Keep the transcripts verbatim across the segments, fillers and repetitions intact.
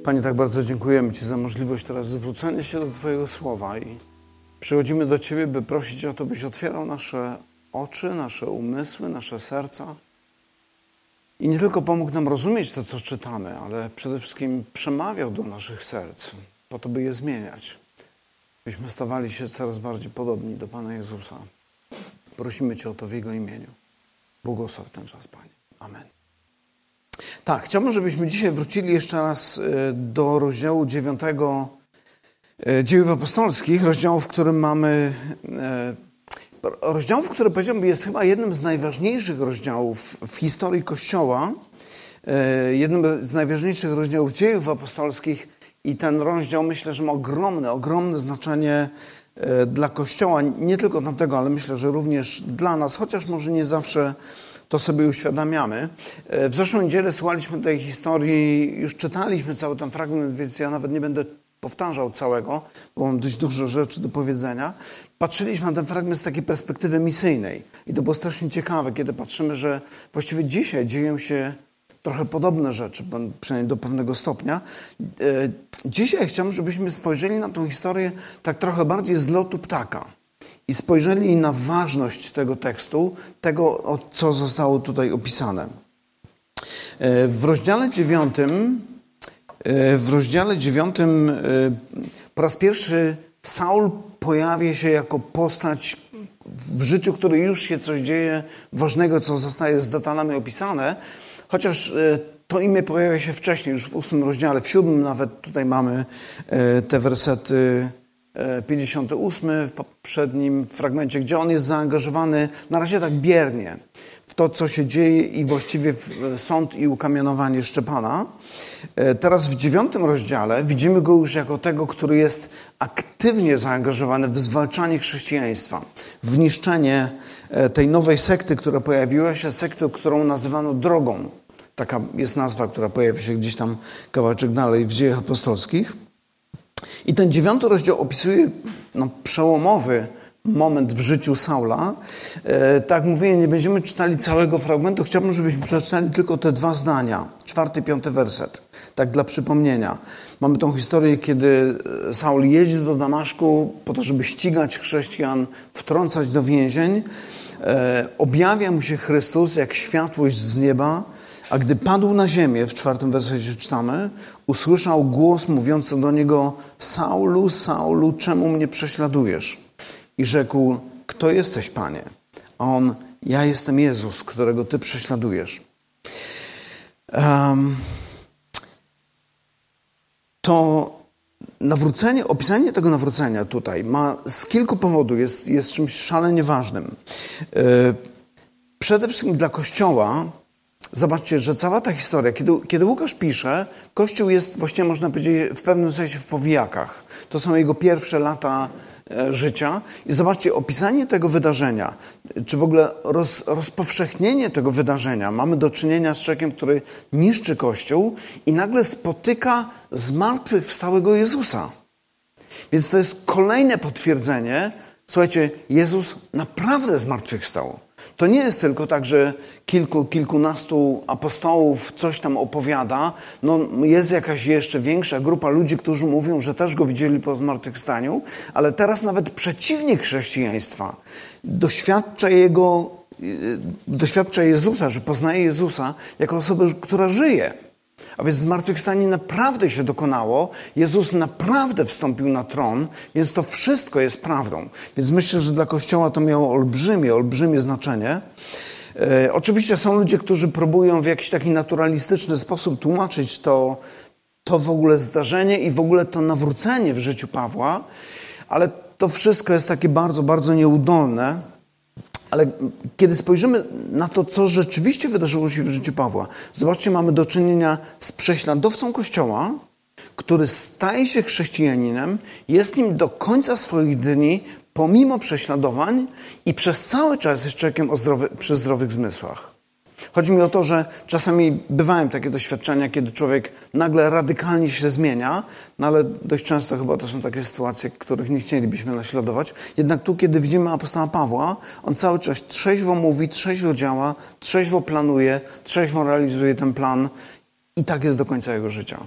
Panie, tak bardzo dziękujemy Ci za możliwość teraz zwrócenia się do Twojego słowa i przychodzimy do Ciebie, by prosić o to, byś otwierał nasze oczy, nasze umysły, nasze serca i nie tylko pomógł nam rozumieć to, co czytamy, ale przede wszystkim przemawiał do naszych serc po to, by je zmieniać. Byśmy stawali się coraz bardziej podobni do Pana Jezusa. Prosimy Cię o to w Jego imieniu. Błogosław ten czas, Panie. Amen. Tak, chciałbym, żebyśmy dzisiaj wrócili jeszcze raz do rozdziału dziewiątego Dziejów Apostolskich, rozdziału, w którym mamy, rozdziału, który powiedziałbym jest chyba jednym z najważniejszych rozdziałów w historii Kościoła, jednym z najważniejszych rozdziałów Dziejów Apostolskich i ten rozdział myślę, że ma ogromne, ogromne znaczenie dla Kościoła, nie tylko tamtego, ale myślę, że również dla nas, chociaż może nie zawsze to sobie uświadamiamy. W zeszłą niedzielę słuchaliśmy tej historii, już czytaliśmy cały ten fragment, więc ja nawet nie będę powtarzał całego, bo mam dość dużo rzeczy do powiedzenia. Patrzyliśmy na ten fragment z takiej perspektywy misyjnej i to było strasznie ciekawe, kiedy patrzymy, że właściwie dzisiaj dzieją się trochę podobne rzeczy, przynajmniej do pewnego stopnia. Dzisiaj chciałbym, żebyśmy spojrzeli na tą historię tak trochę bardziej z lotu ptaka i spojrzeli na ważność tego tekstu, tego, co zostało tutaj opisane. W rozdziale dziewiątym, w rozdziale dziewiątym po raz pierwszy Saul pojawia się jako postać w życiu, w której już się coś dzieje ważnego, co zostaje z detalami opisane, chociaż to imię pojawia się wcześniej, już w ósmym rozdziale, w siódmym nawet tutaj mamy te wersety pięćdziesiąty ósmy w poprzednim fragmencie, gdzie on jest zaangażowany na razie tak biernie w to, co się dzieje i właściwie w sąd i ukamienowanie Szczepana. Teraz w dziewiątym rozdziale widzimy go już jako tego, który jest aktywnie zaangażowany w zwalczanie chrześcijaństwa, w niszczenie tej nowej sekty, która pojawiła się, sekty, którą nazywano drogą. Taka jest nazwa, która pojawia się gdzieś tam kawałeczek dalej w Dziejach Apostolskich. I ten dziewiąty rozdział opisuje no, przełomowy moment w życiu Saula. E, tak jak mówiłem, nie będziemy czytali całego fragmentu. Chciałbym, żebyśmy przeczytali tylko te dwa zdania. Czwarty, piąty werset. Tak dla przypomnienia. Mamy tą historię, kiedy Saul jedzie do Damaszku po to, żeby ścigać chrześcijan, wtrącać do więzień. E, objawia mu się Chrystus jak światłość z nieba. A gdy padł na ziemię, w czwartym wersecie czytamy, usłyszał głos mówiący do niego: Saulu, Saulu, czemu mnie prześladujesz? I rzekł: kto jesteś, Panie? A on: ja jestem Jezus, którego Ty prześladujesz. Um, to nawrócenie, opisanie tego nawrócenia tutaj ma z kilku powodów, jest, jest czymś szalenie ważnym. Yy, przede wszystkim dla Kościoła. Zobaczcie, że cała ta historia, kiedy, kiedy Łukasz pisze, Kościół jest właściwie, można powiedzieć, w pewnym sensie w powijakach. To są jego pierwsze lata e, życia. I zobaczcie, opisanie tego wydarzenia, czy w ogóle roz, rozpowszechnienie tego wydarzenia. Mamy do czynienia z człowiekiem, który niszczy Kościół i nagle spotyka zmartwychwstałego Jezusa. Więc to jest kolejne potwierdzenie. Słuchajcie, Jezus naprawdę zmartwychwstał. To nie jest tylko tak, że kilku, kilkunastu apostołów coś tam opowiada. No, jest jakaś jeszcze większa grupa ludzi, którzy mówią, że też go widzieli po zmartwychwstaniu, ale teraz nawet przeciwnik chrześcijaństwa doświadcza jego, doświadcza Jezusa, że poznaje Jezusa jako osobę, która żyje. A więc zmartwychwstanie naprawdę się dokonało. Jezus naprawdę wstąpił na tron, więc to wszystko jest prawdą. Więc myślę, że dla Kościoła to miało olbrzymie, olbrzymie znaczenie. E, oczywiście są ludzie, którzy próbują w jakiś taki naturalistyczny sposób tłumaczyć to, to w ogóle zdarzenie i w ogóle to nawrócenie w życiu Pawła, ale to wszystko jest takie bardzo, bardzo nieudolne. Ale kiedy spojrzymy na to, co rzeczywiście wydarzyło się w życiu Pawła, zobaczcie, mamy do czynienia z prześladowcą Kościoła, który staje się chrześcijaninem, jest nim do końca swoich dni, pomimo prześladowań i przez cały czas jest człowiekiem o zdrowy, przy zdrowych zmysłach. Chodzi mi o to, że czasami bywają takie doświadczenia, kiedy człowiek nagle radykalnie się zmienia, no ale dość często chyba to są takie sytuacje, których nie chcielibyśmy naśladować. Jednak tu, kiedy widzimy apostoła Pawła, on cały czas trzeźwo mówi, trzeźwo działa, trzeźwo planuje, trzeźwo realizuje ten plan i tak jest do końca jego życia.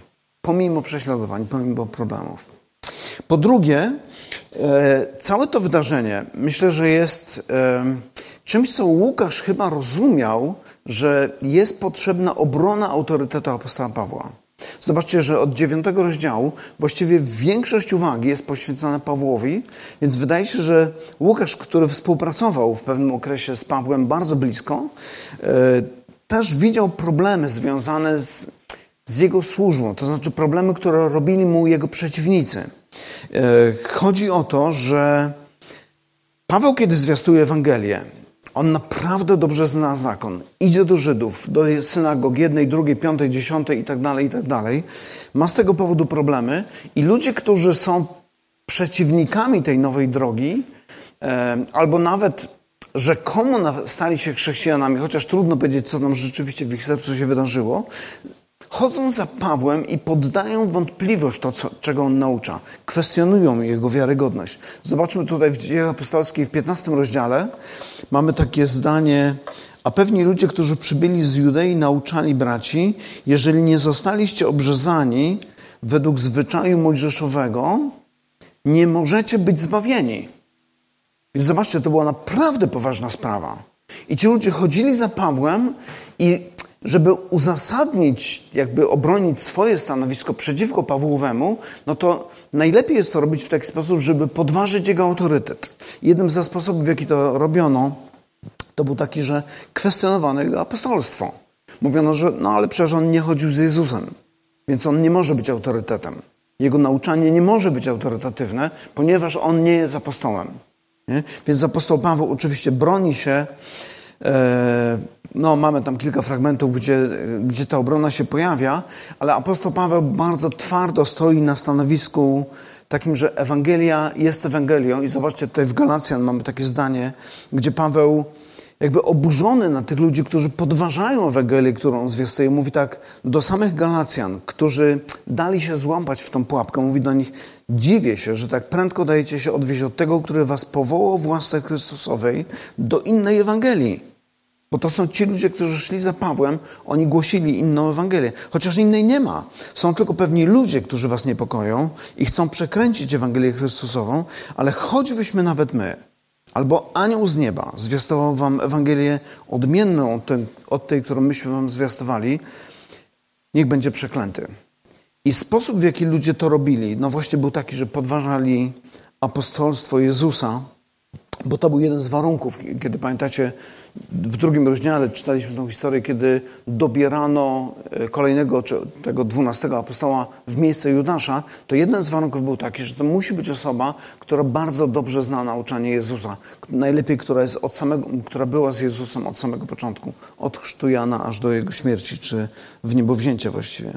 pomimo prześladowań, pomimo problemów. Po drugie, e, całe to wydarzenie myślę, że jest e, czymś, co Łukasz chyba rozumiał, że jest potrzebna obrona autorytetu apostoła Pawła. Zobaczcie, że od dziewiątego rozdziału właściwie większość uwagi jest poświęcona Pawłowi, więc wydaje się, że Łukasz, który współpracował w pewnym okresie z Pawłem bardzo blisko, e, też widział problemy związane z, z jego służbą, to znaczy problemy, które robili mu jego przeciwnicy. E, chodzi o to, że Paweł, kiedy zwiastuje Ewangelię, on naprawdę dobrze zna zakon. Idzie do Żydów, do synagog jednej, drugiej, piątej, dziesiątej i tak dalej, i tak dalej. Ma z tego powodu problemy i ludzie, którzy są przeciwnikami tej nowej drogi, e, albo nawet rzekomo stali się chrześcijanami, chociaż trudno powiedzieć, co tam rzeczywiście w ich sercu się wydarzyło, chodzą za Pawłem i poddają wątpliwość to, co, czego on naucza. Kwestionują jego wiarygodność. Zobaczmy tutaj w Dziejach Apostolskich w piętnastym rozdziale. Mamy takie zdanie: a pewni ludzie, którzy przybyli z Judei, nauczali braci, jeżeli nie zostaliście obrzezani według zwyczaju mojżeszowego, nie możecie być zbawieni. Więc zobaczcie, to była naprawdę poważna sprawa. I ci ludzie chodzili za Pawłem i żeby uzasadnić, jakby obronić swoje stanowisko przeciwko Pawłowemu, no to najlepiej jest to robić w taki sposób, żeby podważyć jego autorytet. Jednym ze sposobów, w jaki to robiono, to był taki, że kwestionowano jego apostolstwo. Mówiono, że no ale przecież on nie chodził z Jezusem, więc on nie może być autorytetem. Jego nauczanie nie może być autorytatywne, ponieważ on nie jest apostołem. Nie? Więc apostoł Paweł oczywiście broni się. No, mamy tam kilka fragmentów, gdzie, gdzie ta obrona się pojawia, ale apostoł Paweł bardzo twardo stoi na stanowisku takim, że Ewangelia jest Ewangelią. I zobaczcie, tutaj w Galacjan mamy takie zdanie, gdzie Paweł jakby oburzony na tych ludzi, którzy podważają Ewangelię, którą on zwiastuje, mówi tak do samych Galacjan, którzy dali się złapać w tą pułapkę. Mówi do nich: dziwię się, że tak prędko dajecie się odwieźć od tego, który was powołał w łasce Chrystusowej do innej Ewangelii. Bo to są ci ludzie, którzy szli za Pawłem, oni głosili inną Ewangelię. Chociaż innej nie ma. Są tylko pewni ludzie, którzy was niepokoją i chcą przekręcić Ewangelię Chrystusową, ale choćbyśmy nawet my, albo anioł z nieba zwiastował wam Ewangelię odmienną od tej, od tej, którą myśmy wam zwiastowali, niech będzie przeklęty. I sposób, w jaki ludzie to robili, no właśnie był taki, że podważali apostolstwo Jezusa, bo to był jeden z warunków, kiedy pamiętacie, w drugim rozdziale czytaliśmy tę historię, kiedy dobierano kolejnego, czy tego dwunastego apostoła w miejsce Judasza, to jeden z warunków był taki, że to musi być osoba, która bardzo dobrze zna nauczanie Jezusa. Najlepiej, która, jest od samego, która była z Jezusem od samego początku, od chrztu Jana aż do jego śmierci, czy w niebowzięcia właściwie.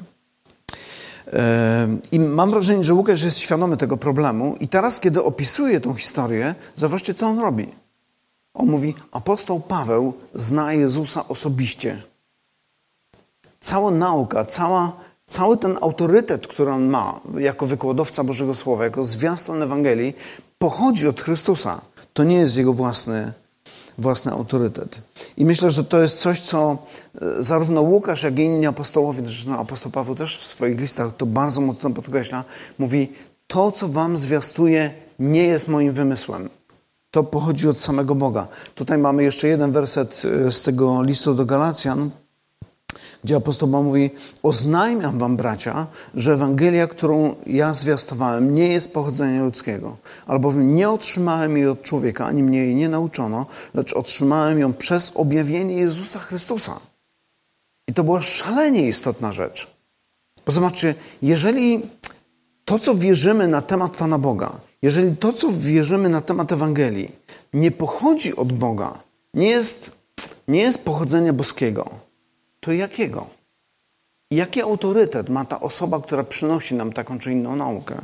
I mam wrażenie, że Łukasz jest świadomy tego problemu i teraz, kiedy opisuje tę historię, zobaczcie, co on robi. On mówi: apostoł Paweł zna Jezusa osobiście. Cała nauka, cała, cały ten autorytet, który on ma jako wykładowca Bożego Słowa, jako zwiastun Ewangelii, pochodzi od Chrystusa. To nie jest jego własny, własny autorytet. I myślę, że to jest coś, co zarówno Łukasz, jak i inni apostołowie, zresztą apostoł Paweł też w swoich listach to bardzo mocno podkreśla, mówi: to, co wam zwiastuję, nie jest moim wymysłem. To pochodzi od samego Boga. Tutaj mamy jeszcze jeden werset z tego listu do Galacjan, gdzie apostoł Paweł mówi: oznajmiam wam, bracia, że Ewangelia, którą ja zwiastowałem, nie jest pochodzenia ludzkiego. Albowiem nie otrzymałem jej od człowieka, ani mnie jej nie nauczono, lecz otrzymałem ją przez objawienie Jezusa Chrystusa. I to była szalenie istotna rzecz. Bo zobaczcie, jeżeli to, co wierzymy na temat Pana Boga, jeżeli to, co wierzymy na temat Ewangelii, nie pochodzi od Boga, nie jest, nie jest pochodzenia boskiego, to jakiego? Jaki autorytet ma ta osoba, która przynosi nam taką czy inną naukę?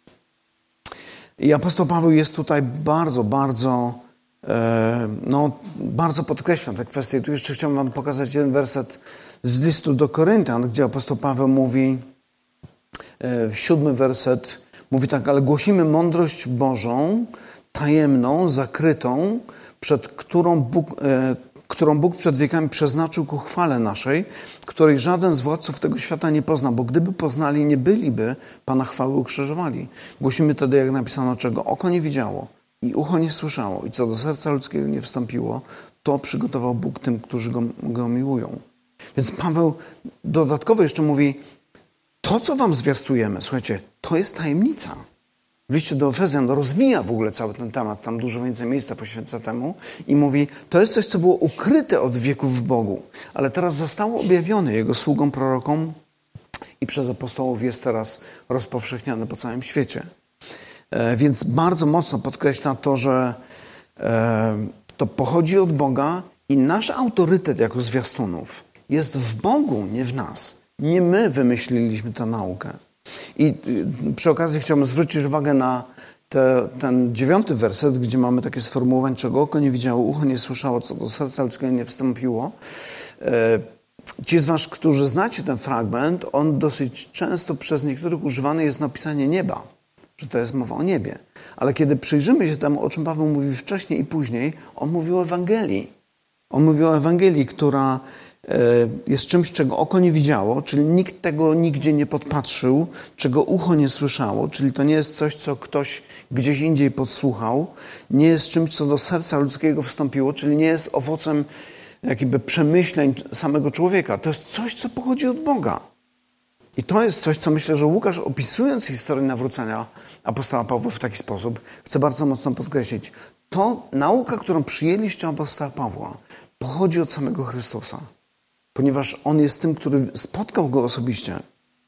I apostoł Paweł jest tutaj bardzo, bardzo, e, no, bardzo podkreśla tę kwestię. Tu jeszcze chciałbym wam pokazać jeden werset z listu do Koryntian, gdzie apostoł Paweł mówi, e, siódmy werset, mówi tak: ale głosimy mądrość Bożą, tajemną, zakrytą, przed którą Bóg, e, którą Bóg przed wiekami przeznaczył ku chwale naszej, której żaden z władców tego świata nie pozna, bo gdyby poznali, nie byliby Pana chwały ukrzyżowali. Głosimy wtedy, jak napisano, czego oko nie widziało i ucho nie słyszało i co do serca ludzkiego nie wstąpiło, to przygotował Bóg tym, którzy go, go miłują. Więc Paweł dodatkowo jeszcze mówi, to, co wam zwiastujemy, słuchajcie, to jest tajemnica. W liście do Efezjan rozwija w ogóle cały ten temat, tam dużo więcej miejsca poświęca temu i mówi, to jest coś, co było ukryte od wieków w Bogu, ale teraz zostało objawione Jego sługom, prorokom i przez apostołów jest teraz rozpowszechniane po całym świecie. E, więc bardzo mocno podkreśla to, że e, to pochodzi od Boga i nasz autorytet jako zwiastunów jest w Bogu, nie w nas. Nie my wymyśliliśmy tę naukę. I przy okazji chciałbym zwrócić uwagę na te, ten dziewiąty werset, gdzie mamy takie sformułowanie, czego oko nie widziało, ucho nie słyszało, co do serca ludzkiego nie wstąpiło. Ci z was, którzy znacie ten fragment, on dosyć często przez niektórych używany jest napisanie nieba, że to jest mowa o niebie. Ale kiedy przyjrzymy się temu, o czym Paweł mówi wcześniej i później, on mówi o Ewangelii. On mówi o Ewangelii, która jest czymś, czego oko nie widziało, czyli nikt tego nigdzie nie podpatrzył, czego ucho nie słyszało, czyli to nie jest coś, co ktoś gdzieś indziej podsłuchał, nie jest czymś, co do serca ludzkiego wstąpiło, czyli nie jest owocem jakby przemyśleń samego człowieka. To jest coś, co pochodzi od Boga. I to jest coś, co myślę, że Łukasz, opisując historię nawrócenia apostoła Pawła w taki sposób, chce bardzo mocno podkreślić. To nauka, którą przyjęliście apostoła Pawła, pochodzi od samego Chrystusa. Ponieważ On jest tym, który spotkał Go osobiście.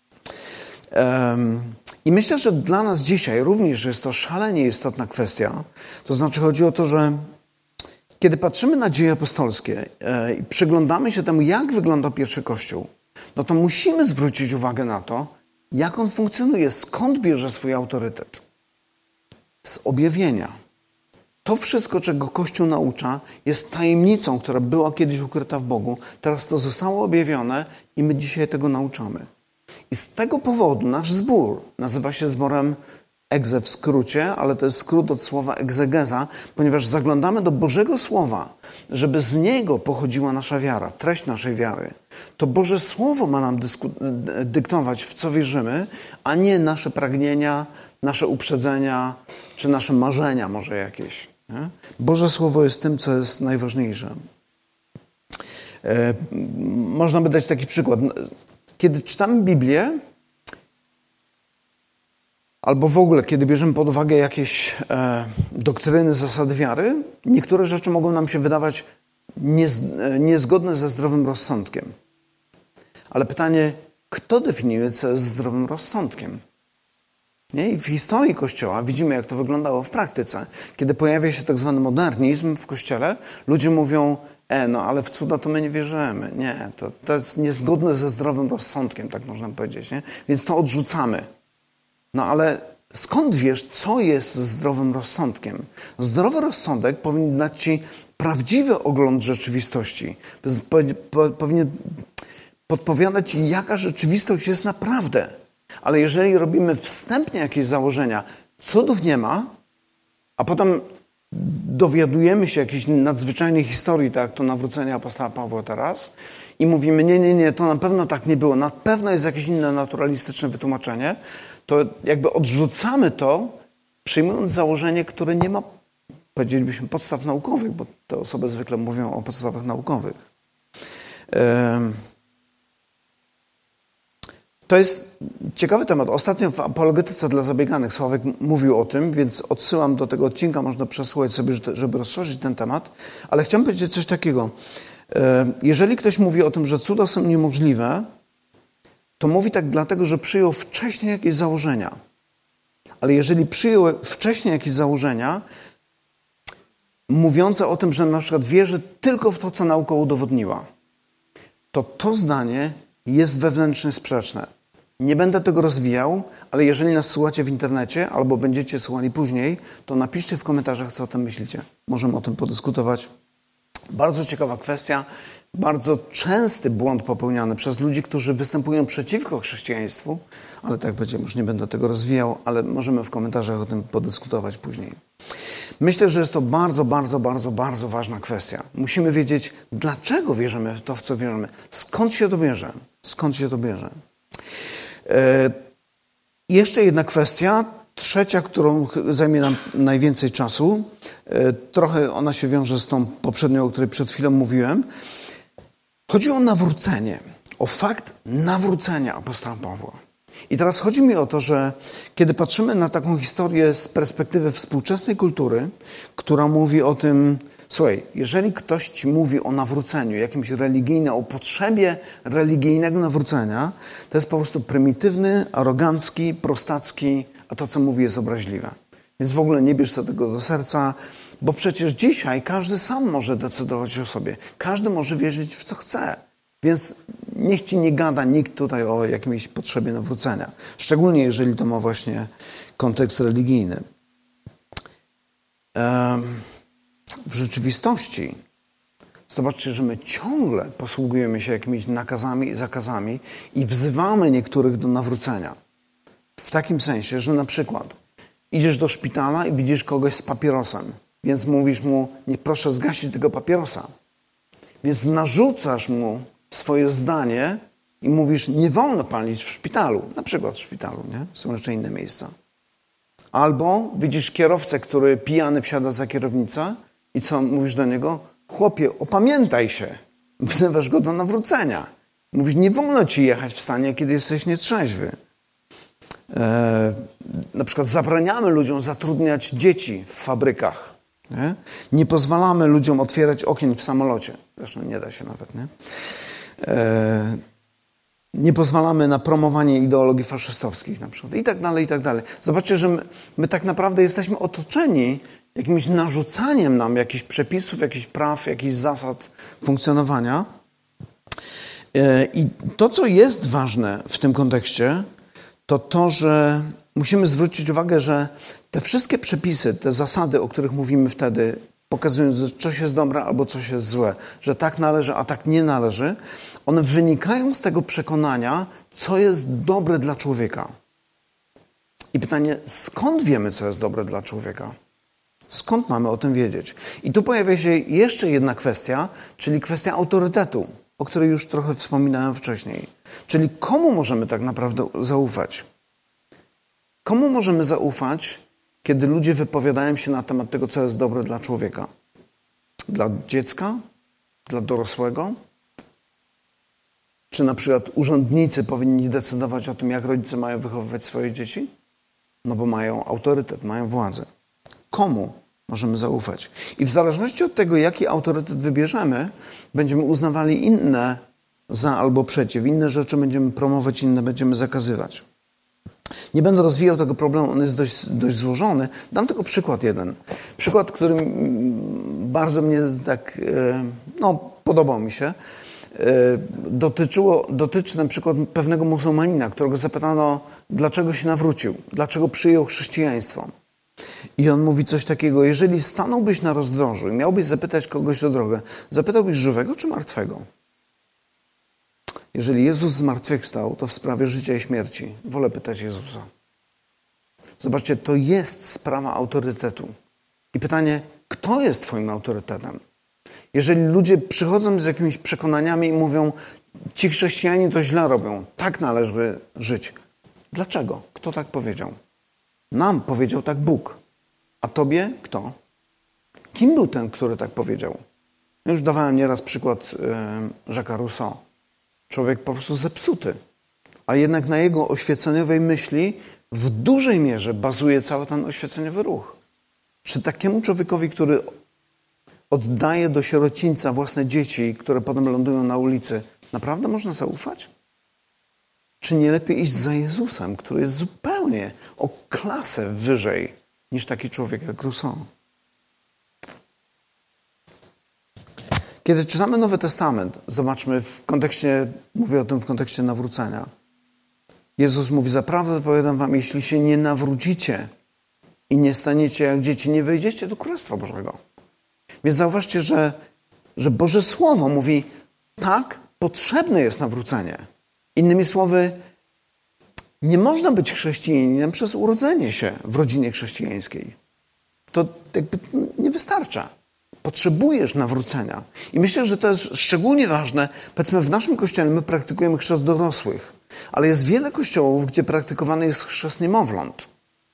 Um, I myślę, że dla nas dzisiaj również jest to szalenie istotna kwestia. To znaczy chodzi o to, że kiedy patrzymy na dzieje apostolskie e, i przyglądamy się temu, jak wygląda pierwszy Kościół, no to musimy zwrócić uwagę na to, jak on funkcjonuje, skąd bierze swój autorytet. Z objawienia. To wszystko, czego Kościół naucza, jest tajemnicą, która była kiedyś ukryta w Bogu. Teraz to zostało objawione i my dzisiaj tego nauczamy. I z tego powodu nasz zbór nazywa się zborem egze w skrócie, ale to jest skrót od słowa egzegeza, ponieważ zaglądamy do Bożego Słowa, żeby z niego pochodziła nasza wiara, treść naszej wiary. To Boże Słowo ma nam dysku- dyktować, w co wierzymy, a nie nasze pragnienia, nasze uprzedzenia, czy nasze marzenia może jakieś. Nie? Boże Słowo jest tym, co jest najważniejsze. E, można by dać taki przykład. Kiedy czytamy Biblię, albo w ogóle, kiedy bierzemy pod uwagę jakieś e, doktryny, zasady wiary, niektóre rzeczy mogą nam się wydawać niez, niezgodne ze zdrowym rozsądkiem. Ale pytanie, kto definiuje, co jest zdrowym rozsądkiem? Nie? I w historii Kościoła widzimy, jak to wyglądało w praktyce. Kiedy pojawia się tak zwany modernizm w Kościele, ludzie mówią, e, no ale w cuda to my nie wierzymy. Nie, to, to jest niezgodne ze zdrowym rozsądkiem, tak można powiedzieć. Nie? Więc to odrzucamy. No ale skąd wiesz, co jest zdrowym rozsądkiem? Zdrowy rozsądek powinien dać ci prawdziwy ogląd rzeczywistości. Powinien podpowiadać ci, jaka rzeczywistość jest naprawdę. Ale jeżeli robimy wstępnie jakieś założenia, cudów nie ma, a potem dowiadujemy się jakiejś nadzwyczajnej historii, tak jak to nawrócenie apostoła Pawła teraz, i mówimy, nie, nie, nie, to na pewno tak nie było, na pewno jest jakieś inne naturalistyczne wytłumaczenie, to jakby odrzucamy to, przyjmując założenie, które nie ma, powiedzielibyśmy, podstaw naukowych, bo te osoby zwykle mówią o podstawach naukowych. To jest ciekawy temat. Ostatnio w Apologetyce dla Zabieganych Sławek mówił o tym, więc odsyłam do tego odcinka, można przesłuchać sobie, żeby rozszerzyć ten temat. Ale chciałem powiedzieć coś takiego. Jeżeli ktoś mówi o tym, że cuda są niemożliwe, to mówi tak dlatego, że przyjął wcześniej jakieś założenia. Ale jeżeli przyjął wcześniej jakieś założenia, mówiące o tym, że na przykład wierzy tylko w to, co nauka udowodniła, to to zdanie jest wewnętrznie sprzeczne. Nie będę tego rozwijał, ale jeżeli nas słuchacie w internecie albo będziecie słuchali później, to napiszcie w komentarzach, co o tym myślicie. Możemy o tym podyskutować. Bardzo ciekawa kwestia, bardzo częsty błąd popełniany przez ludzi, którzy występują przeciwko chrześcijaństwu, ale tak będzie, już nie będę tego rozwijał, ale możemy w komentarzach o tym podyskutować później. Myślę, że jest to bardzo, bardzo, bardzo, bardzo ważna kwestia. Musimy wiedzieć, dlaczego wierzymy w to, w co wierzymy. Skąd się to bierze? Skąd się to bierze? E, jeszcze jedna kwestia, trzecia, którą zajmie nam najwięcej czasu. E, trochę ona się wiąże z tą poprzednią, o której przed chwilą mówiłem. Chodzi o nawrócenie, o fakt nawrócenia apostoła Pawła. I teraz chodzi mi o to, że kiedy patrzymy na taką historię z perspektywy współczesnej kultury, która mówi o tym, słuchaj, jeżeli ktoś ci mówi o nawróceniu, jakimś religijnym, o potrzebie religijnego nawrócenia, to jest po prostu prymitywny, arogancki, prostacki, a to, co mówi, jest obraźliwe. Więc w ogóle nie bierz sobie tego do serca, bo przecież dzisiaj każdy sam może decydować o sobie. Każdy może wierzyć w co chce. Więc niech ci nie gada nikt tutaj o jakiejś potrzebie nawrócenia. Szczególnie jeżeli to ma właśnie kontekst religijny. W rzeczywistości zobaczcie, że my ciągle posługujemy się jakimiś nakazami i zakazami i wzywamy niektórych do nawrócenia. W takim sensie, że na przykład idziesz do szpitala i widzisz kogoś z papierosem, więc mówisz mu, nie proszę zgasić tego papierosa. Więc narzucasz mu swoje zdanie i mówisz, nie wolno palić w szpitalu. Na przykład w szpitalu, nie? Są jeszcze inne miejsca. Albo widzisz kierowcę, który pijany wsiada za kierownicę i co mówisz do niego? Chłopie, opamiętaj się. Wzywasz go do nawrócenia. Mówisz, nie wolno ci jechać w stanie, kiedy jesteś nietrzeźwy. E, na przykład zabraniamy ludziom zatrudniać dzieci w fabrykach. Nie? Nie pozwalamy ludziom otwierać okien w samolocie. Zresztą nie da się nawet, nie? E, nie pozwalamy na promowanie ideologii faszystowskich na przykład. I tak dalej, i tak dalej. Zobaczcie, że my, my tak naprawdę jesteśmy otoczeni jakimś narzucaniem nam jakichś przepisów, jakichś praw, jakichś zasad funkcjonowania. E, I to, co jest ważne w tym kontekście, to to, że musimy zwrócić uwagę, że te wszystkie przepisy, te zasady, o których mówimy wtedy, pokazując, że coś jest dobre albo coś jest złe, że tak należy, a tak nie należy, one wynikają z tego przekonania, co jest dobre dla człowieka. I pytanie, skąd wiemy, co jest dobre dla człowieka? Skąd mamy o tym wiedzieć? I tu pojawia się jeszcze jedna kwestia, czyli kwestia autorytetu, o której już trochę wspominałem wcześniej. Czyli komu możemy tak naprawdę zaufać? Komu możemy zaufać, kiedy ludzie wypowiadają się na temat tego, co jest dobre dla człowieka? Dla dziecka? Dla dorosłego? Czy na przykład urzędnicy powinni decydować o tym, jak rodzice mają wychowywać swoje dzieci? No bo mają autorytet, mają władzę. Komu możemy zaufać? I w zależności od tego, jaki autorytet wybierzemy, będziemy uznawali inne za albo przeciw. Inne rzeczy będziemy promować, inne będziemy zakazywać. Nie będę rozwijał tego problemu, on jest dość, dość złożony. Dam tylko przykład jeden. Przykład, który bardzo mnie tak, no, podobał mi się. Dotyczyło, dotyczy na przykład pewnego muzułmanina, którego zapytano, dlaczego się nawrócił, dlaczego przyjął chrześcijaństwo. I on mówi coś takiego, jeżeli stanąłbyś na rozdrożu i miałbyś zapytać kogoś o drogę, zapytałbyś żywego czy martwego? Jeżeli Jezus zmartwychwstał, to w sprawie życia i śmierci wolę pytać Jezusa. Zobaczcie, to jest sprawa autorytetu. I pytanie, kto jest twoim autorytetem? Jeżeli ludzie przychodzą z jakimiś przekonaniami i mówią, ci chrześcijanie to źle robią, tak należy żyć. Dlaczego? Kto tak powiedział? Nam powiedział tak Bóg. A tobie kto? Kim był ten, który tak powiedział? Już dawałem nieraz przykład yy, Jacques'a Rousseau. Człowiek po prostu zepsuty. A jednak na jego oświeceniowej myśli w dużej mierze bazuje cały ten oświeceniowy ruch. Czy takiemu człowiekowi, który oddaje do sierocińca własne dzieci, które potem lądują na ulicy, naprawdę można zaufać? Czy nie lepiej iść za Jezusem, który jest zupełnie o klasę wyżej niż taki człowiek jak Rousseau? Kiedy czytamy Nowy Testament, zobaczmy w kontekście, mówię o tym w kontekście nawrócenia. Jezus mówi, zaprawdę powiadam wam, jeśli się nie nawrócicie i nie staniecie jak dzieci, nie wejdziecie do Królestwa Bożego. Więc zauważcie, że, że Boże Słowo mówi, tak, potrzebne jest nawrócenie. Innymi słowy, nie można być chrześcijaninem przez urodzenie się w rodzinie chrześcijańskiej. to jakby nie wystarcza. Potrzebujesz nawrócenia. I myślę, że to jest szczególnie ważne. Powiedzmy, w naszym kościele my praktykujemy chrzest dorosłych, ale jest wiele kościołów, gdzie praktykowany jest chrzest niemowląt.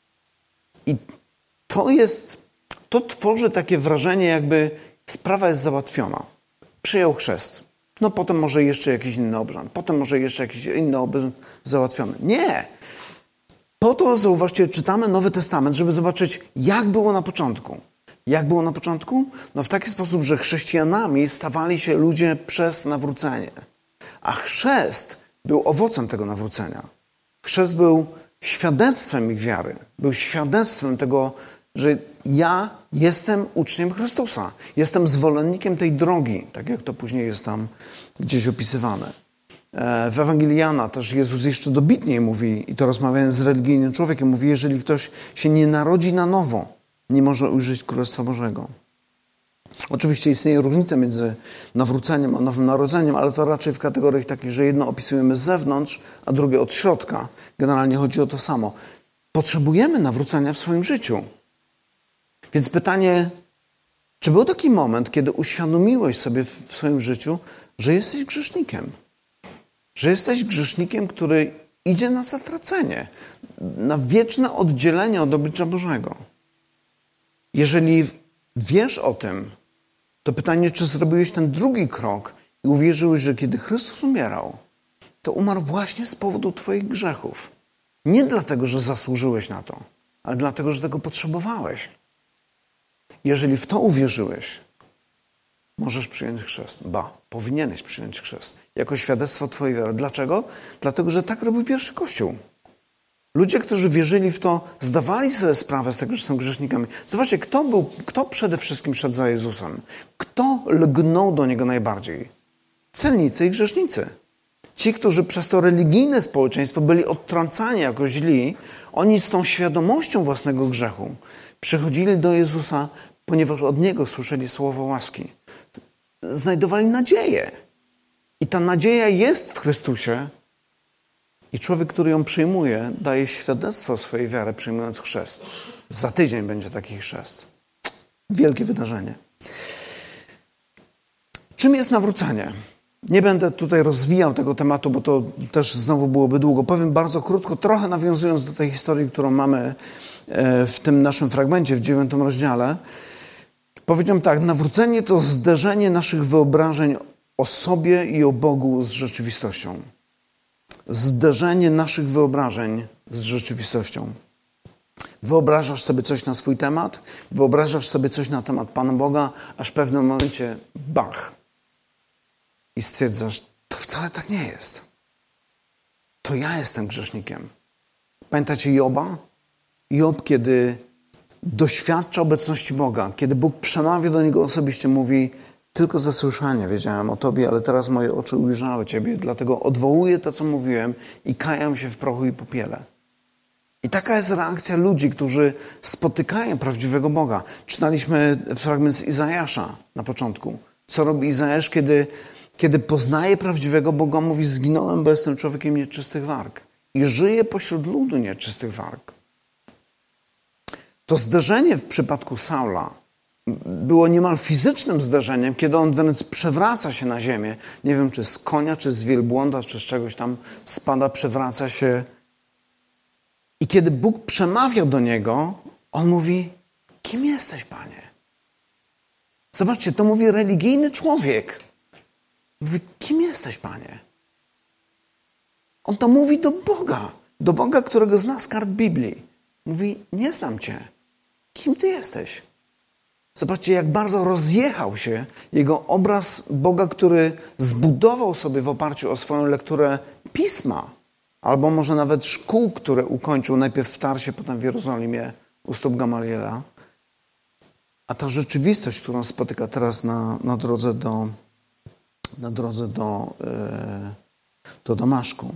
I to jest, to tworzy takie wrażenie, jakby sprawa jest załatwiona. Przyjął chrzest. No potem może jeszcze jakiś inny obrząd. Potem może jeszcze jakiś inny obrząd załatwiony. Nie! Po to, zauważcie, czytamy Nowy Testament, żeby zobaczyć, jak było na początku. Jak było na początku? No w taki sposób, że chrześcijanami stawali się ludzie przez nawrócenie. A chrzest był owocem tego nawrócenia. Chrzest był świadectwem ich wiary. Był świadectwem tego, że ja jestem uczniem Chrystusa. Jestem zwolennikiem tej drogi, tak jak to później jest tam gdzieś opisywane. W Ewangelii Jana też Jezus jeszcze dobitniej mówi, i to rozmawiając z religijnym człowiekiem, mówi, jeżeli ktoś się nie narodzi na nowo, nie może ujrzeć Królestwa Bożego. Oczywiście istnieje różnica między nawróceniem a nowym narodzeniem, ale to raczej w kategoriach takich, że jedno opisujemy z zewnątrz, a drugie od środka. Generalnie chodzi o to samo. Potrzebujemy nawrócenia w swoim życiu. Więc pytanie, czy był taki moment, kiedy uświadomiłeś sobie w swoim życiu, że jesteś grzesznikiem? Że jesteś grzesznikiem, który idzie na zatracenie, na wieczne oddzielenie od oblicza Bożego. Jeżeli wiesz o tym, to pytanie, czy zrobiłeś ten drugi krok i uwierzyłeś, że kiedy Chrystus umierał, to umarł właśnie z powodu twoich grzechów. Nie dlatego, że zasłużyłeś na to, ale dlatego, że tego potrzebowałeś. Jeżeli w to uwierzyłeś, możesz przyjąć chrzest. Ba, powinieneś przyjąć chrzest. Jako świadectwo twojej wiary. Dlaczego? Dlatego, że tak robił pierwszy Kościół. Ludzie, którzy wierzyli w to, zdawali sobie sprawę z tego, że są grzesznikami. Zobaczcie, kto był, kto przede wszystkim szedł za Jezusem? Kto lgnął do Niego najbardziej? Celnicy i grzesznicy. Ci, którzy przez to religijne społeczeństwo byli odtrącani jako źli, oni z tą świadomością własnego grzechu przychodzili do Jezusa, ponieważ od Niego słyszeli słowo łaski. Znajdowali nadzieję. I ta nadzieja jest w Chrystusie. I człowiek, który ją przyjmuje, daje świadectwo swojej wiary, przyjmując chrzest. Za tydzień będzie taki chrzest. Wielkie wydarzenie. Czym jest nawrócenie? Nie będę tutaj rozwijał tego tematu, bo to też znowu byłoby długo. Powiem bardzo krótko, trochę nawiązując do tej historii, którą mamy w tym naszym fragmencie, w dziewiątym rozdziale. Powiedziałem tak, nawrócenie to zderzenie naszych wyobrażeń o sobie i o Bogu z rzeczywistością. Zderzenie naszych wyobrażeń z rzeczywistością. Wyobrażasz sobie coś na swój temat, wyobrażasz sobie coś na temat Pana Boga, aż w pewnym momencie bach. I stwierdzasz, to wcale tak nie jest. To ja jestem grzesznikiem. Pamiętacie Joba? Job, kiedy doświadcza obecności Boga, kiedy Bóg przemawia do niego osobiście, mówi, tylko ze słyszenia wiedziałem o Tobie, ale teraz moje oczy ujrzały Ciebie, dlatego odwołuję to, co mówiłem i kajam się w prochu i popiele. I taka jest reakcja ludzi, którzy spotykają prawdziwego Boga. Czytaliśmy fragment z Izajasza na początku. Co robi Izajasz, kiedy, kiedy poznaje prawdziwego Boga? Mówi, zginąłem, bo jestem człowiekiem nieczystych warg. I żyje pośród ludu nieczystych warg. To zderzenie w przypadku Saula było niemal fizycznym zdarzeniem, kiedy on wręcz przewraca się na ziemię. Nie wiem, czy z konia, czy z wielbłąda, czy z czegoś tam spada, przewraca się. I kiedy Bóg przemawia do niego, on mówi, kim jesteś, Panie? Zobaczcie, to mówi religijny człowiek. Mówi, kim jesteś, Panie? On to mówi do Boga. Do Boga, którego zna z kart Biblii. Mówi, nie znam Cię. Kim Ty jesteś? Zobaczcie, jak bardzo rozjechał się jego obraz Boga, który zbudował sobie w oparciu o swoją lekturę Pisma. Albo może nawet szkół, które ukończył najpierw w Tarsie, potem w Jerozolimie u stóp Gamaliela. A ta rzeczywistość, którą spotyka teraz na, na drodze do, na drodze do, yy, do Damaszku.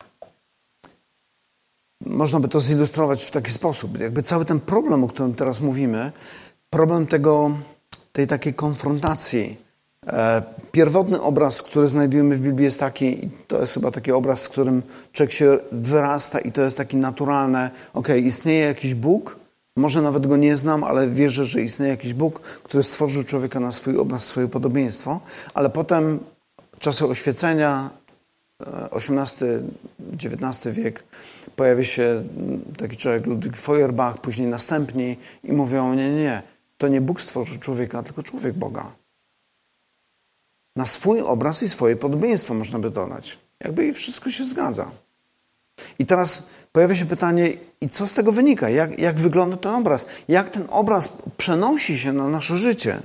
Można by to zilustrować w taki sposób. Jakby cały ten problem, o którym teraz mówimy, problem tego, tej takiej konfrontacji. E, pierwotny obraz, który znajdujemy w Biblii jest taki, i to jest chyba taki obraz, z którym człowiek się wyrasta i to jest taki naturalne, okej, istnieje jakiś Bóg Może nawet go nie znam, ale wierzę, że istnieje jakiś Bóg, który stworzył człowieka na swój obraz, swoje podobieństwo. Ale potem czasy oświecenia, osiemnasty dziewiętnasty wiek, pojawia się taki człowiek Ludwig Feuerbach, później następni i mówią, nie, nie, nie, to nie Bóg stworzył człowieka, tylko człowiek Boga. Na swój obraz i swoje podobieństwo można by dodać. Jakby i wszystko się zgadza. I teraz pojawia się pytanie, i co z tego wynika? Jak, jak wygląda ten obraz? Jak ten obraz przenosi się na nasze życie?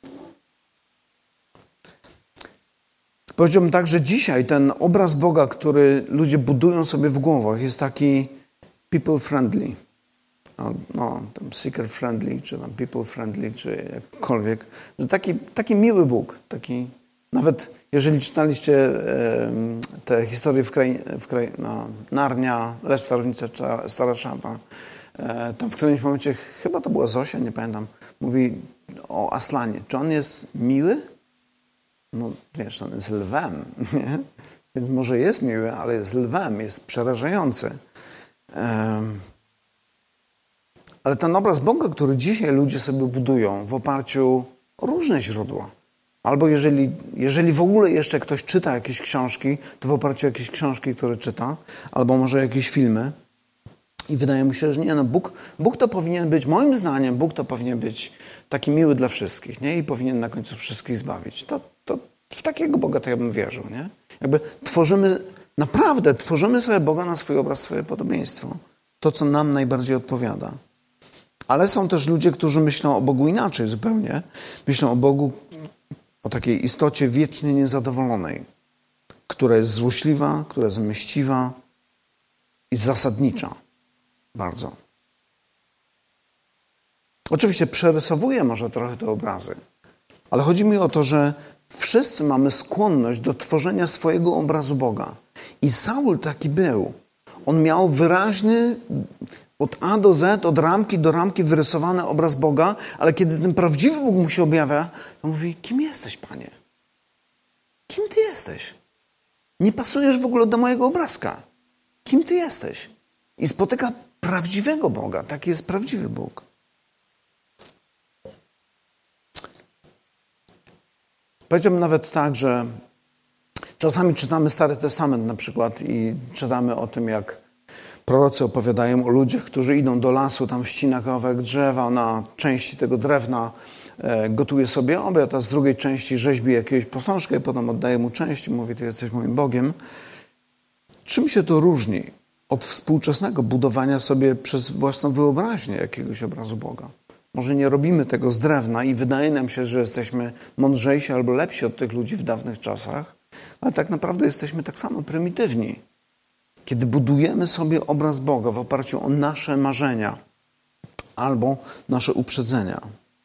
Powiedziałbym tak, że dzisiaj ten obraz Boga, który ludzie budują sobie w głowach, jest taki people friendly. No, no tam seeker friendly, czy tam people friendly, czy jakkolwiek. Że taki, taki miły Bóg. Taki, nawet jeżeli czytaliście e, te historie w kraj, w kraj, no, Narnia, Lew, Starownica, Stara Szafa, e, tam w którymś momencie, chyba to była Zosia, nie pamiętam, mówi o Aslanie. Czy on jest miły? No wiesz, on jest lwem, nie? Więc może jest miły, ale jest lwem, jest przerażający. Um, ale ten obraz Boga, który dzisiaj ludzie sobie budują w oparciu o różne źródła. Albo jeżeli, jeżeli w ogóle jeszcze ktoś czyta jakieś książki, to w oparciu o jakieś książki, które czyta, albo może jakieś filmy. I wydaje mi się, że nie, no Bóg, Bóg to powinien być, moim zdaniem, Bóg to powinien być taki miły dla wszystkich, nie? I powinien na końcu wszystkich zbawić. To, to w takiego Boga to ja bym wierzył, nie? Jakby tworzymy, naprawdę tworzymy sobie Boga na swój obraz, swoje podobieństwo. To, co nam najbardziej odpowiada. Ale są też ludzie, którzy myślą o Bogu inaczej zupełnie. Myślą o Bogu, o takiej istocie wiecznie niezadowolonej, która jest złośliwa, która jest mściwa i zasadnicza. Bardzo. Oczywiście przerysowuję może trochę te obrazy, ale chodzi mi o to, że wszyscy mamy skłonność do tworzenia swojego obrazu Boga. I Saul taki był. On miał wyraźny, od A do Z, od ramki do ramki wyrysowany obraz Boga, ale kiedy ten prawdziwy Bóg mu się objawia, to mówi, kim jesteś, Panie? Kim Ty jesteś? Nie pasujesz w ogóle do mojego obrazka. Kim Ty jesteś? I spotyka prawdziwego Boga. Taki jest prawdziwy Bóg. Powiedziałbym nawet tak, że czasami czytamy Stary Testament na przykład i czytamy o tym, jak prorocy opowiadają o ludziach, którzy idą do lasu, tam ścina kawałek drzewa, na części tego drewna e, gotuje sobie obiad, a z drugiej części rzeźbi jakiegoś posążka i potem oddaje mu część i mówi, Ty jesteś moim Bogiem. Czym się to różni od współczesnego budowania sobie przez własną wyobraźnię jakiegoś obrazu Boga? Może nie robimy tego z drewna i wydaje nam się, że jesteśmy mądrzejsi albo lepsi od tych ludzi w dawnych czasach, ale tak naprawdę jesteśmy tak samo prymitywni. Kiedy budujemy sobie obraz Boga w oparciu o nasze marzenia albo nasze uprzedzenia.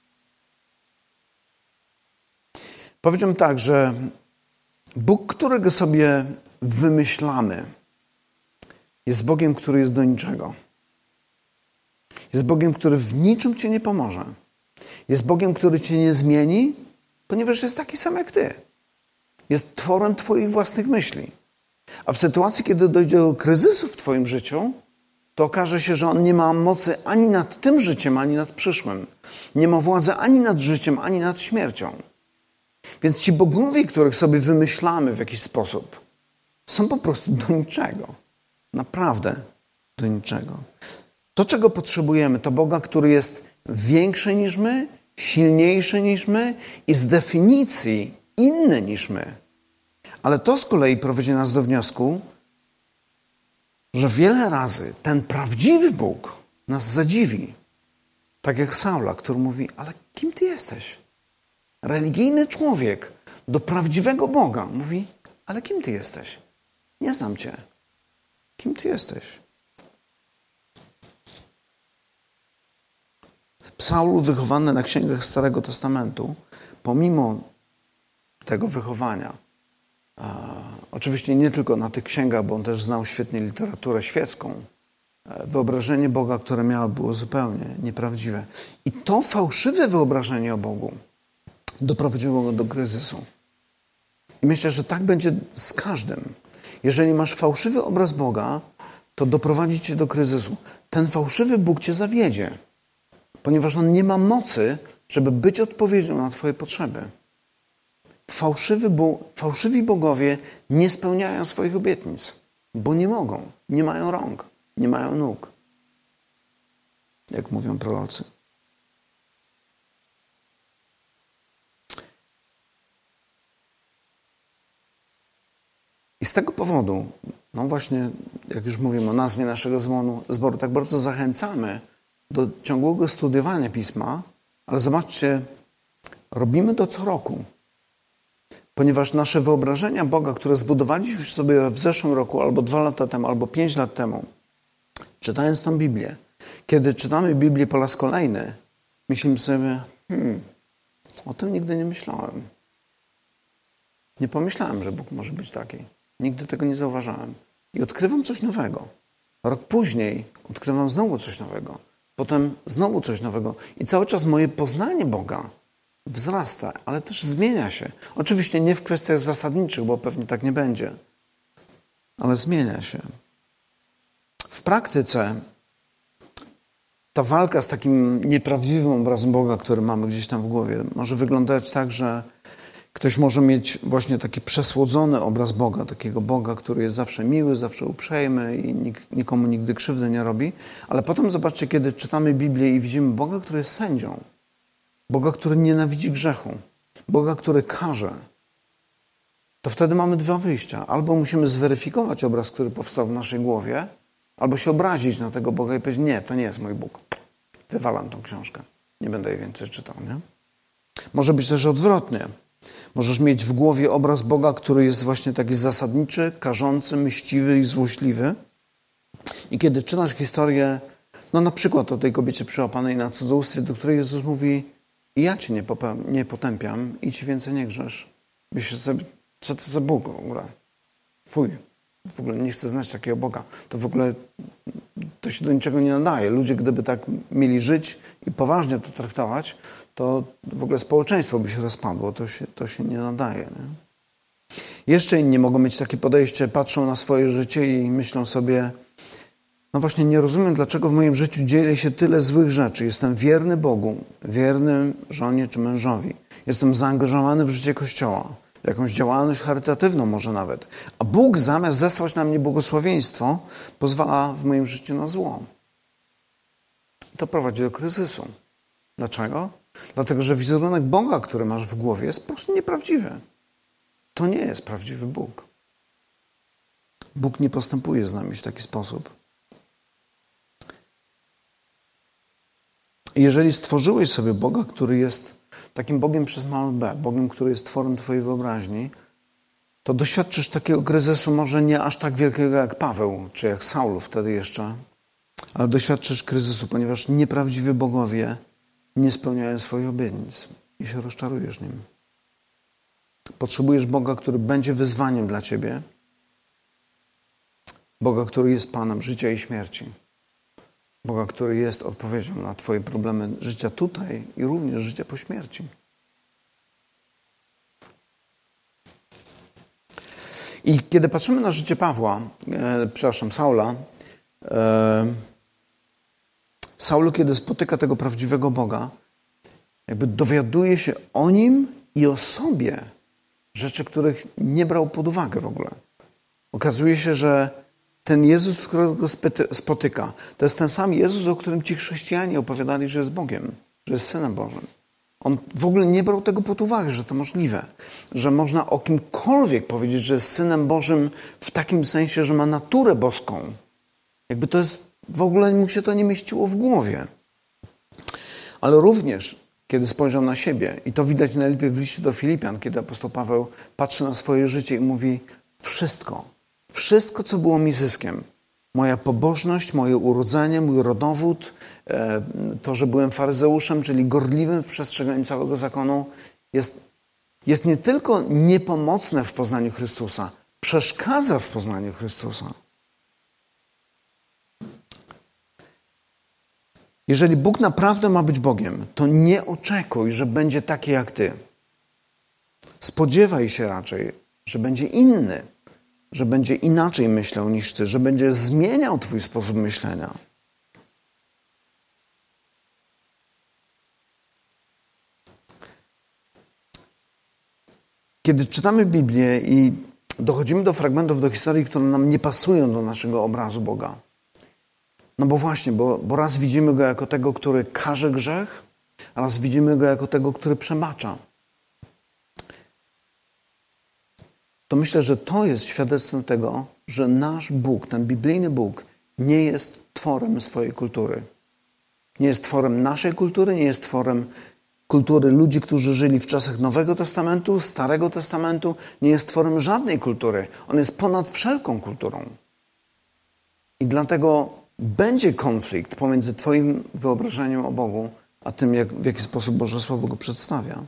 Powiedziałbym tak, że Bóg, którego sobie wymyślamy, jest Bogiem, który jest do niczego. Jest Bogiem, który w niczym Cię nie pomoże. Jest Bogiem, który Cię nie zmieni, ponieważ jest taki sam jak Ty. Jest tworem Twoich własnych myśli. A w sytuacji, kiedy dojdzie do kryzysu w Twoim życiu, to okaże się, że On nie ma mocy ani nad tym życiem, ani nad przyszłym. Nie ma władzy ani nad życiem, ani nad śmiercią. Więc ci bogowie, których sobie wymyślamy w jakiś sposób, są po prostu do niczego. Naprawdę do niczego. To, czego potrzebujemy, to Boga, który jest większy niż my, silniejszy niż my i z definicji inny niż my. Ale to z kolei prowadzi nas do wniosku, że wiele razy ten prawdziwy Bóg nas zadziwi. Tak jak Saula, który mówi, ale kim Ty jesteś? Religijny człowiek do prawdziwego Boga mówi, ale kim Ty jesteś? Nie znam Cię. Kim Ty jesteś? Saul, wychowany na księgach Starego Testamentu, pomimo tego wychowania, a, oczywiście nie tylko na tych księgach, bo on też znał świetnie literaturę świecką, wyobrażenie Boga, które miało, było zupełnie nieprawdziwe. I to fałszywe wyobrażenie o Bogu doprowadziło go do kryzysu. I myślę, że tak będzie z każdym. Jeżeli masz fałszywy obraz Boga, to doprowadzi cię do kryzysu. Ten fałszywy Bóg cię zawiedzie. ponieważ On nie ma mocy, żeby być odpowiedzią na twoje potrzeby. Fałszywy Bo- fałszywi bogowie nie spełniają swoich obietnic, bo nie mogą, nie mają rąk, nie mają nóg, jak mówią prorocy. I z tego powodu, no właśnie, jak już mówimy o nazwie naszego zboru, zboru, tak bardzo zachęcamy do ciągłego studiowania Pisma, ale zobaczcie, robimy to co roku. Ponieważ nasze wyobrażenia Boga, które zbudowaliśmy sobie w zeszłym roku, albo dwa lata temu, albo pięć lat temu, czytając tą Biblię, kiedy czytamy Biblię po raz kolejny, myślimy sobie, hmm, o tym nigdy nie myślałem. Nie pomyślałem, że Bóg może być taki. Nigdy tego nie zauważałem. I odkrywam coś nowego. Rok później odkrywam znowu coś nowego. Potem znowu coś nowego. I cały czas moje poznanie Boga wzrasta, ale też zmienia się. Oczywiście nie w kwestiach zasadniczych, bo pewnie tak nie będzie. Ale zmienia się. W praktyce ta walka z takim nieprawdziwym obrazem Boga, który mamy gdzieś tam w głowie, może wyglądać tak, że ktoś może mieć właśnie taki przesłodzony obraz Boga, takiego Boga, który jest zawsze miły, zawsze uprzejmy i nik- nikomu nigdy krzywdy nie robi. Ale potem zobaczcie, kiedy czytamy Biblię i widzimy Boga, który jest sędzią, Boga, który nienawidzi grzechu, Boga, który karze, to wtedy mamy dwa wyjścia. Albo musimy zweryfikować obraz, który powstał w naszej głowie, albo się obrazić na tego Boga i powiedzieć, nie, to nie jest mój Bóg. Wywalam tą książkę. Nie będę jej więcej czytał, nie? Może być też odwrotnie. Możesz mieć w głowie obraz Boga, który jest właśnie taki zasadniczy, karzący, mściwy i złośliwy. I kiedy czytasz historię, no na przykład o tej kobiecie przyłapanej na cudzołóstwie, do której Jezus mówi, ja cię nie, popeł- nie potępiam, idź więcej nie grzesz. Myślisz sobie, co to za Bóg w ogóle? Fuj, w ogóle nie chcę znać takiego Boga. To w ogóle to się do niczego nie nadaje. Ludzie, gdyby tak mieli żyć i poważnie to traktować, to w ogóle społeczeństwo by się rozpadło. To się, to się nie nadaje. Nie? Jeszcze inni mogą mieć takie podejście, patrzą na swoje życie i myślą sobie, no właśnie nie rozumiem, dlaczego w moim życiu dzieje się tyle złych rzeczy. Jestem wierny Bogu, wierny żonie czy mężowi. Jestem zaangażowany w życie Kościoła, w jakąś działalność charytatywną może nawet. A Bóg zamiast zesłać na mnie błogosławieństwo, pozwala w moim życiu na zło. I to prowadzi do kryzysu. Dlaczego? Dlatego, że wizerunek Boga, który masz w głowie, jest po prostu nieprawdziwy. To nie jest prawdziwy Bóg. Bóg nie postępuje z nami w taki sposób. I jeżeli stworzyłeś sobie Boga, który jest takim Bogiem przez małe b, Bogiem, który jest tworem twojej wyobraźni, to doświadczysz takiego kryzysu może nie aż tak wielkiego jak Paweł, czy jak Saul wtedy jeszcze, ale doświadczysz kryzysu, ponieważ nieprawdziwi bogowie nie spełniają swoich obietnic i się rozczarujesz nim. Potrzebujesz Boga, który będzie wyzwaniem dla ciebie. Boga, który jest Panem życia i śmierci. Boga, który jest odpowiedzią na twoje problemy życia tutaj i również życia po śmierci. I kiedy patrzymy na życie Pawła, e, przepraszam, Saula, e, Saul, kiedy spotyka tego prawdziwego Boga, jakby dowiaduje się o nim i o sobie rzeczy, których nie brał pod uwagę w ogóle. Okazuje się, że ten Jezus, którego spotyka, to jest ten sam Jezus, o którym ci chrześcijanie opowiadali, że jest Bogiem, że jest Synem Bożym. On w ogóle nie brał tego pod uwagę, że to możliwe, że można o kimkolwiek powiedzieć, że jest Synem Bożym w takim sensie, że ma naturę boską. Jakby to jest, w ogóle mu się to nie mieściło w głowie. Ale również, kiedy spojrzał na siebie, i to widać najlepiej w liście do Filipian, kiedy apostoł Paweł patrzy na swoje życie i mówi, wszystko, wszystko, co było mi zyskiem, moja pobożność, moje urodzenie, mój rodowód, to, że byłem faryzeuszem, czyli gorliwym w przestrzeganiu całego zakonu, jest, jest nie tylko niepomocne w poznaniu Chrystusa, przeszkadza w poznaniu Chrystusa. Jeżeli Bóg naprawdę ma być Bogiem, to nie oczekuj, że będzie taki jak ty. Spodziewaj się raczej, że będzie inny, że będzie inaczej myślał niż ty, że będzie zmieniał twój sposób myślenia. Kiedy czytamy Biblię i dochodzimy do fragmentów, do historii, które nam nie pasują do naszego obrazu Boga. No bo właśnie, bo, bo raz widzimy Go jako tego, który karze grzech, a raz widzimy Go jako tego, który przebacza. To myślę, że to jest świadectwem tego, że nasz Bóg, ten biblijny Bóg, nie jest tworem swojej kultury. Nie jest tworem naszej kultury, nie jest tworem kultury ludzi, którzy żyli w czasach Nowego Testamentu, Starego Testamentu. Nie jest tworem żadnej kultury. On jest ponad wszelką kulturą. I dlatego będzie konflikt pomiędzy twoim wyobrażeniem o Bogu, a tym, jak, w jaki sposób Boże Słowo Go przedstawia.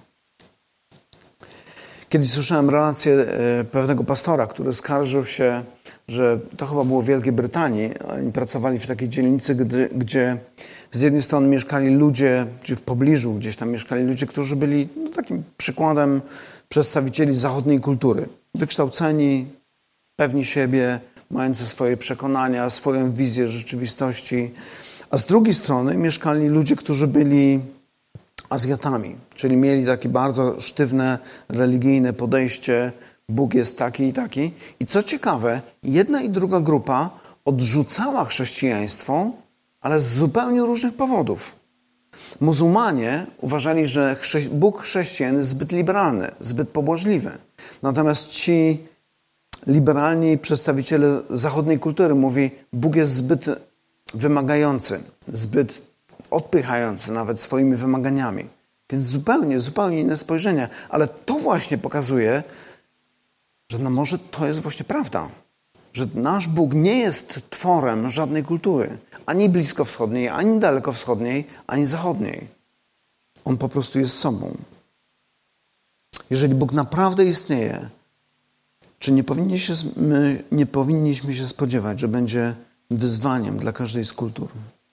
Kiedyś słyszałem relację pewnego pastora, który skarżył się, że to chyba było w Wielkiej Brytanii. Oni pracowali w takiej dzielnicy, gdy, gdzie z jednej strony mieszkali ludzie, czy w pobliżu gdzieś tam mieszkali ludzie, którzy byli no, takim przykładem przedstawicieli zachodniej kultury. Wykształceni, pewni siebie, mający swoje przekonania, swoją wizję rzeczywistości. A z drugiej strony mieszkali ludzie, którzy byli Azjatami, czyli mieli takie bardzo sztywne, religijne podejście. Bóg jest taki i taki. I co ciekawe, jedna i druga grupa odrzucała chrześcijaństwo, ale z zupełnie różnych powodów. Muzułmanie uważali, że chrze- Bóg chrześcijan jest zbyt liberalny, zbyt pobłażliwy. Natomiast ci liberalni przedstawiciele zachodniej kultury mówi, Bóg jest zbyt wymagający, zbyt odpychający nawet swoimi wymaganiami. Więc zupełnie, zupełnie inne spojrzenie. Ale to właśnie pokazuje, że no może to jest właśnie prawda. Że nasz Bóg nie jest tworem żadnej kultury. Ani bliskowschodniej, ani dalekowschodniej, ani zachodniej. On po prostu jest sobą. Jeżeli Bóg naprawdę istnieje, czy nie powinniśmy, my nie powinniśmy się spodziewać, że będzie wyzwaniem dla każdej z kultur?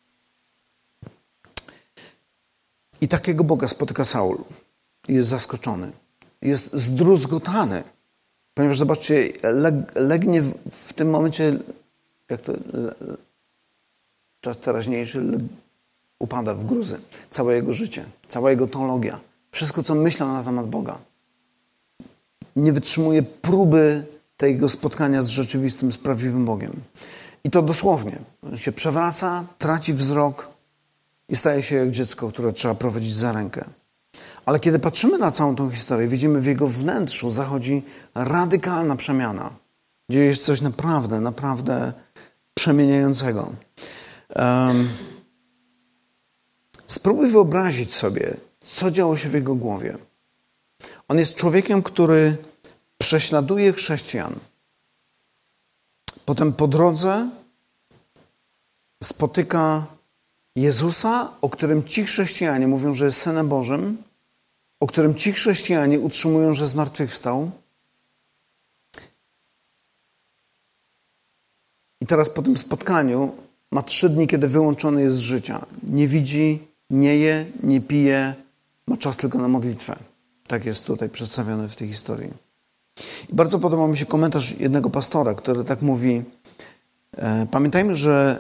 I takiego Boga spotyka Saul. Jest zaskoczony. Jest zdruzgotany. Ponieważ zobaczcie, leg, legnie w, w tym momencie, jak to le, czas teraźniejszy, le, upada w gruzy. Całe jego życie, cała jego teologia. Wszystko, co myślał na temat Boga. Nie wytrzymuje próby tego spotkania z rzeczywistym, z prawdziwym Bogiem. I to dosłownie. On się przewraca, traci wzrok i staje się jak dziecko, które trzeba prowadzić za rękę. Ale kiedy patrzymy na całą tą historię, widzimy w jego wnętrzu zachodzi radykalna przemiana. Dzieje się coś naprawdę, naprawdę przemieniającego. Um, spróbuj wyobrazić sobie, co działo się w jego głowie. On jest człowiekiem, który prześladuje chrześcijan. Potem po drodze spotyka Jezusa, o którym ci chrześcijanie mówią, że jest Synem Bożym, o którym ci chrześcijanie utrzymują, że zmartwychwstał. I teraz po tym spotkaniu ma trzy dni, kiedy wyłączony jest z życia. Nie widzi, nie je, nie pije, ma czas tylko na modlitwę. Tak jest tutaj przedstawione w tej historii. I bardzo podobał mi się komentarz jednego pastora, który tak mówi, e, pamiętajmy, że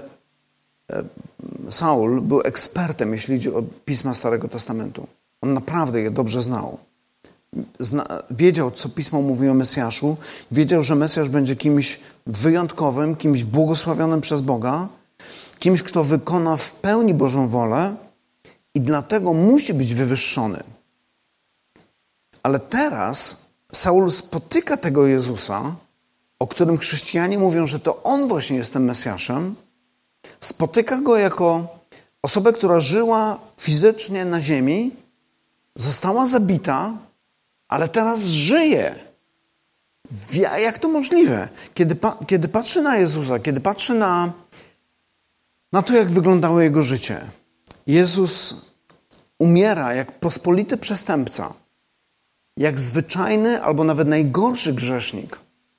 Saul był ekspertem, jeśli chodzi o Pisma Starego Testamentu. On naprawdę je dobrze znał. Zna, wiedział, co Pismo mówi o Mesjaszu. Wiedział, że Mesjasz będzie kimś wyjątkowym, kimś błogosławionym przez Boga, kimś, kto wykona w pełni Bożą wolę i dlatego musi być wywyższony. Ale teraz Saul spotyka tego Jezusa, o którym chrześcijanie mówią, że to On właśnie jest tym Mesjaszem. Spotyka Go jako osobę, która żyła fizycznie na ziemi, została zabita, ale teraz żyje. Jak to możliwe? Kiedy, kiedy patrzy na Jezusa, kiedy patrzy na, na to, jak wyglądało Jego życie. Jezus umiera jak pospolity przestępca, jak zwyczajny albo nawet najgorszy grzesznik.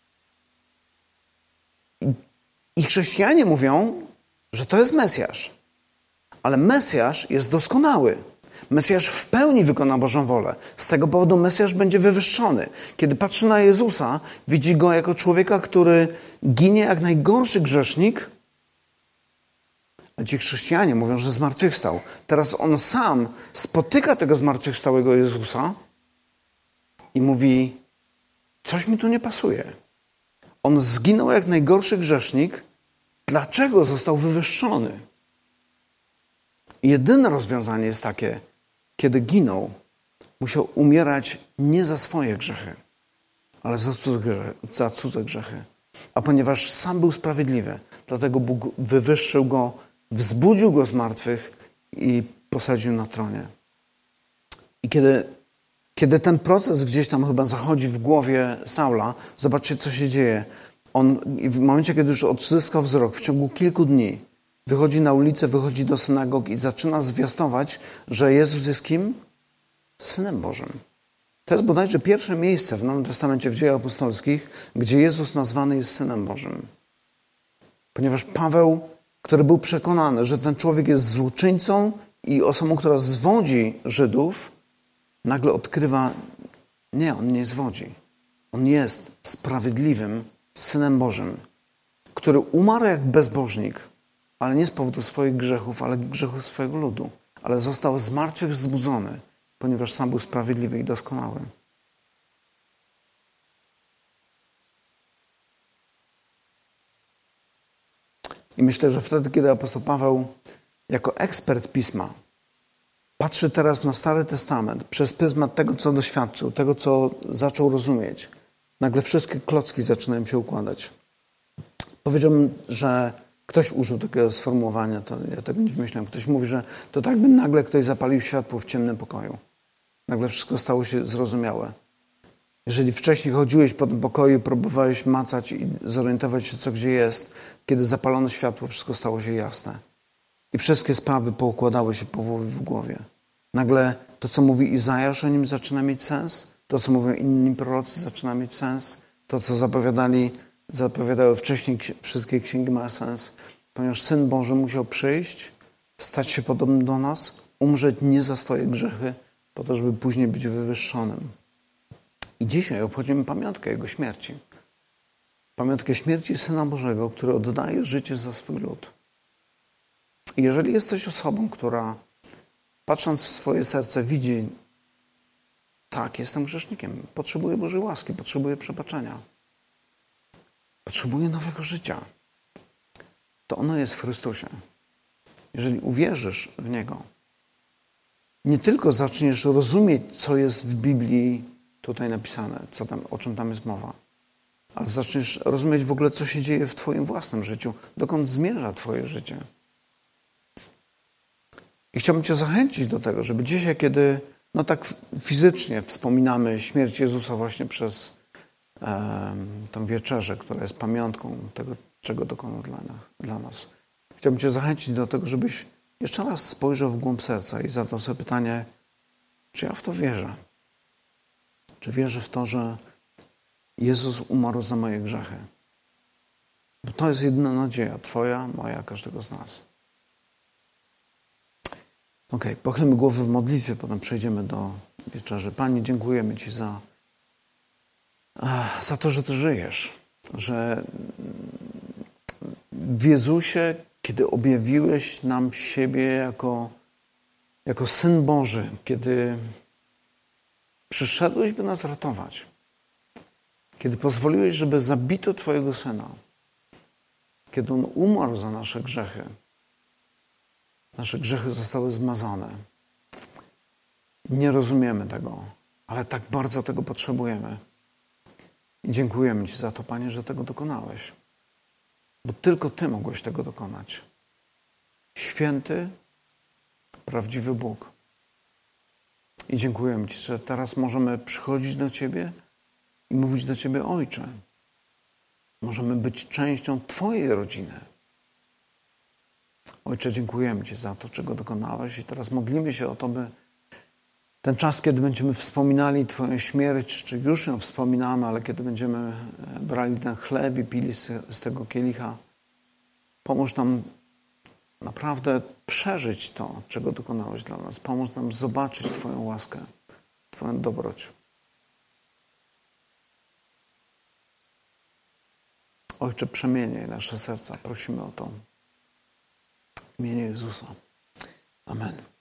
I, i chrześcijanie mówią, że to jest Mesjasz. Ale Mesjasz jest doskonały. Mesjasz w pełni wykona Bożą wolę. Z tego powodu Mesjasz będzie wywyższony. Kiedy patrzy na Jezusa, widzi Go jako człowieka, który ginie jak najgorszy grzesznik, a ci chrześcijanie mówią, że zmartwychwstał. Teraz On sam spotyka tego zmartwychwstałego Jezusa i mówi, coś mi tu nie pasuje. On zginął jak najgorszy grzesznik. Dlaczego został wywyższony? Jedyne rozwiązanie jest takie, kiedy ginął, musiał umierać nie za swoje grzechy, ale za cudze grzechy. Za cudze grzechy. A ponieważ sam był sprawiedliwy, dlatego Bóg wywyższył go, wzbudził go z martwych i posadził na tronie. I kiedy, kiedy ten proces gdzieś tam chyba zachodzi w głowie Saula, zobaczcie, co się dzieje. On w momencie, kiedy już odzyskał wzrok, w ciągu kilku dni wychodzi na ulicę, wychodzi do synagog i zaczyna zwiastować, że Jezus jest kim? Synem Bożym. To jest bodajże pierwsze miejsce w Nowym Testamencie, w Dziejach Apostolskich, gdzie Jezus nazwany jest Synem Bożym. Ponieważ Paweł, który był przekonany, że ten człowiek jest złoczyńcą i osobą, która zwodzi Żydów, nagle odkrywa, nie, on nie zwodzi. On jest sprawiedliwym Synem Bożym, który umarł jak bezbożnik, ale nie z powodu swoich grzechów, ale grzechów swojego ludu. Ale został z martwych wzbudzony, ponieważ sam był sprawiedliwy i doskonały. I myślę, że wtedy, kiedy apostoł Paweł jako ekspert Pisma patrzy teraz na Stary Testament przez pryzmat tego, co doświadczył, tego, co zaczął rozumieć, nagle wszystkie klocki zaczynają się układać. Powiedziałbym, że ktoś użył takiego sformułowania, to ja tego nie wymyśliłem. Ktoś mówi, że to tak by nagle ktoś zapalił światło w ciemnym pokoju. Nagle wszystko stało się zrozumiałe. Jeżeli wcześniej chodziłeś po tym pokoju, próbowałeś macać i zorientować się, co gdzie jest, kiedy zapalono światło, wszystko stało się jasne. I wszystkie sprawy poukładały się powoli w głowie. Nagle to, co mówi Izajasz, o nim zaczyna mieć sens. To, co mówią inni prorocy, zaczyna mieć sens. To, co zapowiadali, zapowiadały wcześniej wszystkie księgi, ma sens. Ponieważ Syn Boży musiał przyjść, stać się podobnym do nas, umrzeć nie za swoje grzechy, po to, żeby później być wywyższonym. I dzisiaj obchodzimy pamiątkę Jego śmierci. Pamiątkę śmierci Syna Bożego, który oddaje życie za swój lud. I jeżeli jesteś osobą, która patrząc w swoje serce widzi, tak, jestem grzesznikiem, potrzebuję Bożej łaski, potrzebuję przebaczenia, potrzebuję nowego życia, to ono jest w Chrystusie. Jeżeli uwierzysz w Niego, nie tylko zaczniesz rozumieć, co jest w Biblii tutaj napisane, co tam, o czym tam jest mowa, ale zaczniesz rozumieć w ogóle, co się dzieje w Twoim własnym życiu, dokąd zmierza Twoje życie. I chciałbym Cię zachęcić do tego, żeby dzisiaj, kiedy no tak fizycznie wspominamy śmierć Jezusa właśnie przez um, tą wieczerzę, która jest pamiątką tego, czego dokonał dla nas, dla nas. Chciałbym Cię zachęcić do tego, żebyś jeszcze raz spojrzał w głąb serca i zadał sobie pytanie, czy ja w to wierzę? Czy wierzę w to, że Jezus umarł za moje grzechy? Bo to jest jedyna nadzieja, Twoja, moja, każdego z nas. Okej, okay, pochylmy głowy w modlitwie, potem przejdziemy do wieczerzy. Panie, dziękujemy Ci za, za to, że Ty żyjesz, że w Jezusie, kiedy objawiłeś nam siebie jako, jako Syn Boży, kiedy przyszedłeś, by nas ratować, kiedy pozwoliłeś, żeby zabito Twojego Syna, kiedy On umarł za nasze grzechy, nasze grzechy zostały zmazane. Nie rozumiemy tego, ale tak bardzo tego potrzebujemy. I dziękujemy Ci za to, Panie, że tego dokonałeś. Bo tylko Ty mogłeś tego dokonać. Święty, prawdziwy Bóg. I dziękujemy Ci, że teraz możemy przychodzić do Ciebie i mówić do Ciebie, Ojcze. Możemy być częścią Twojej rodziny. Ojcze, dziękujemy Ci za to, czego dokonałeś i teraz modlimy się o to, by ten czas, kiedy będziemy wspominali Twoją śmierć, czy już ją wspominamy, ale kiedy będziemy brali ten chleb i pili z, z tego kielicha, pomóż nam naprawdę przeżyć to, czego dokonałeś dla nas. Pomóż nam zobaczyć Twoją łaskę, Twoją dobroć. Ojcze, przemieniaj nasze serca. Prosimy o to. W imieniu Jezusa. Amen.